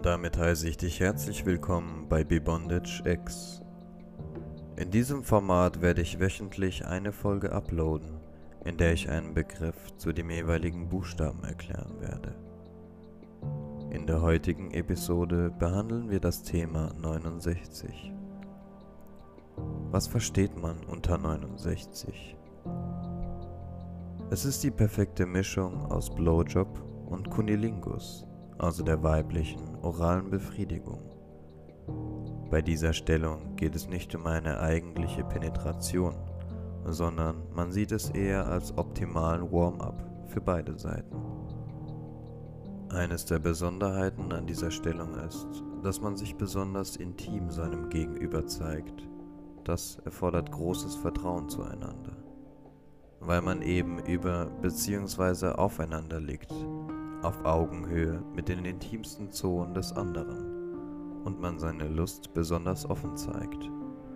Und damit heiße ich dich herzlich willkommen bei Bebondage X. In diesem Format werde ich wöchentlich eine Folge uploaden, in der ich einen Begriff zu dem jeweiligen Buchstaben erklären werde. In der heutigen Episode behandeln wir das Thema 69. Was versteht man unter 69? Es ist die perfekte Mischung aus Blowjob und Cunnilingus, also der weiblichen oralen Befriedigung. Bei dieser Stellung geht es nicht um eine eigentliche Penetration, sondern man sieht es eher als optimalen Warm-up für beide Seiten. Eines der Besonderheiten an dieser Stellung ist, dass man sich besonders intim seinem Gegenüber zeigt. Das erfordert großes Vertrauen zueinander, weil man eben über bzw. aufeinander liegt, auf Augenhöhe mit den intimsten Zonen des anderen und man seine Lust besonders offen zeigt.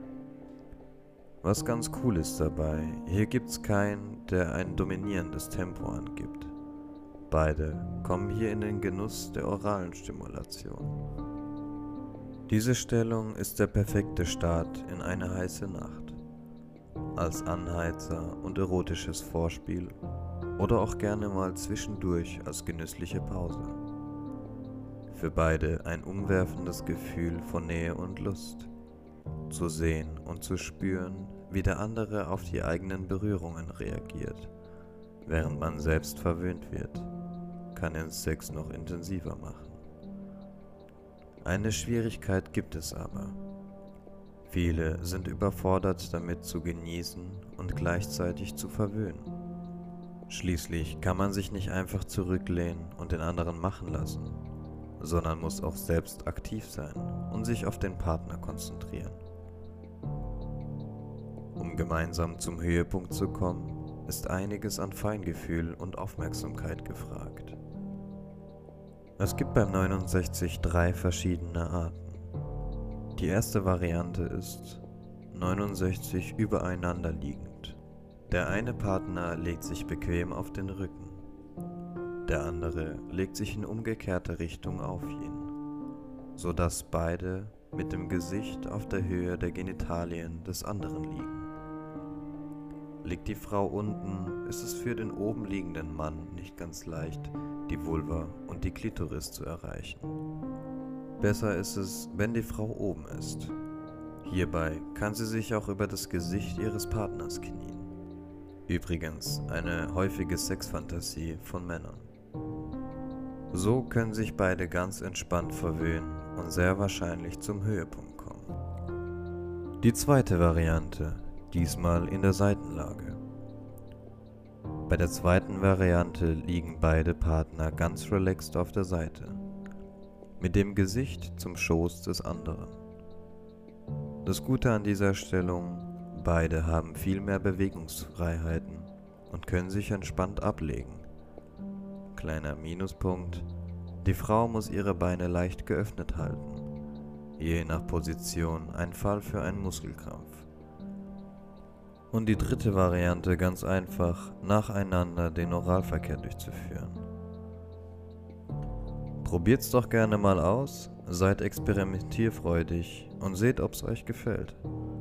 Was ganz cool ist dabei, hier gibt's keinen, der ein dominierendes Tempo angibt. Beide kommen hier in den Genuss der oralen Stimulation. Diese Stellung ist der perfekte Start in eine heiße Nacht. Als Anheizer und erotisches Vorspiel oder auch gerne mal zwischendurch als genüssliche Pause. Für beide ein umwerfendes Gefühl von Nähe und Lust. Zu sehen und zu spüren, wie der andere auf die eigenen Berührungen reagiert, während man selbst verwöhnt wird, kann den Sex noch intensiver machen. Eine Schwierigkeit gibt es aber. Viele sind überfordert damit zu genießen und gleichzeitig zu verwöhnen. Schließlich kann man sich nicht einfach zurücklehnen und den anderen machen lassen, sondern muss auch selbst aktiv sein und sich auf den Partner konzentrieren. Um gemeinsam zum Höhepunkt zu kommen, ist einiges an Feingefühl und Aufmerksamkeit gefragt. Es gibt beim 69 drei verschiedene Arten. Die erste Variante ist 69 übereinander liegend. Der eine Partner legt sich bequem auf den Rücken. Der andere legt sich in umgekehrte Richtung auf ihn, sodass beide mit dem Gesicht auf der Höhe der Genitalien des anderen liegen. Liegt die Frau unten, ist es für den oben liegenden Mann nicht ganz leicht, die Vulva und die Klitoris zu erreichen. Besser ist es, wenn die Frau oben ist. Hierbei kann sie sich auch über das Gesicht ihres Partners knien. Übrigens eine häufige Sexfantasie von Männern. So können sich beide ganz entspannt verwöhnen und sehr wahrscheinlich zum Höhepunkt kommen. Die zweite Variante, diesmal in der Seitenlage. Bei der zweiten Variante liegen beide Partner ganz relaxed auf der Seite, mit dem Gesicht zum Schoß des anderen. Das Gute an dieser Stellung, beide haben viel mehr Bewegungsfreiheiten und können sich entspannt ablegen. Kleiner Minuspunkt, die Frau muss ihre Beine leicht geöffnet halten, je nach Position ein Fall für einen Muskelkrampf. Und die dritte Variante ganz einfach, nacheinander den Oralverkehr durchzuführen. Probiert's doch gerne mal aus, seid experimentierfreudig und seht, ob's euch gefällt.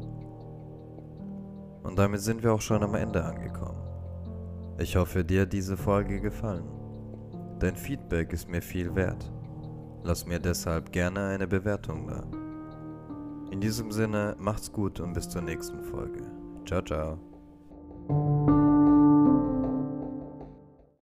Und damit sind wir auch schon am Ende angekommen. Ich hoffe, dir hat diese Folge gefallen. Dein Feedback ist mir viel wert. Lass mir deshalb gerne eine Bewertung da. In diesem Sinne, macht's gut und bis zur nächsten Folge. Ciao, ciao.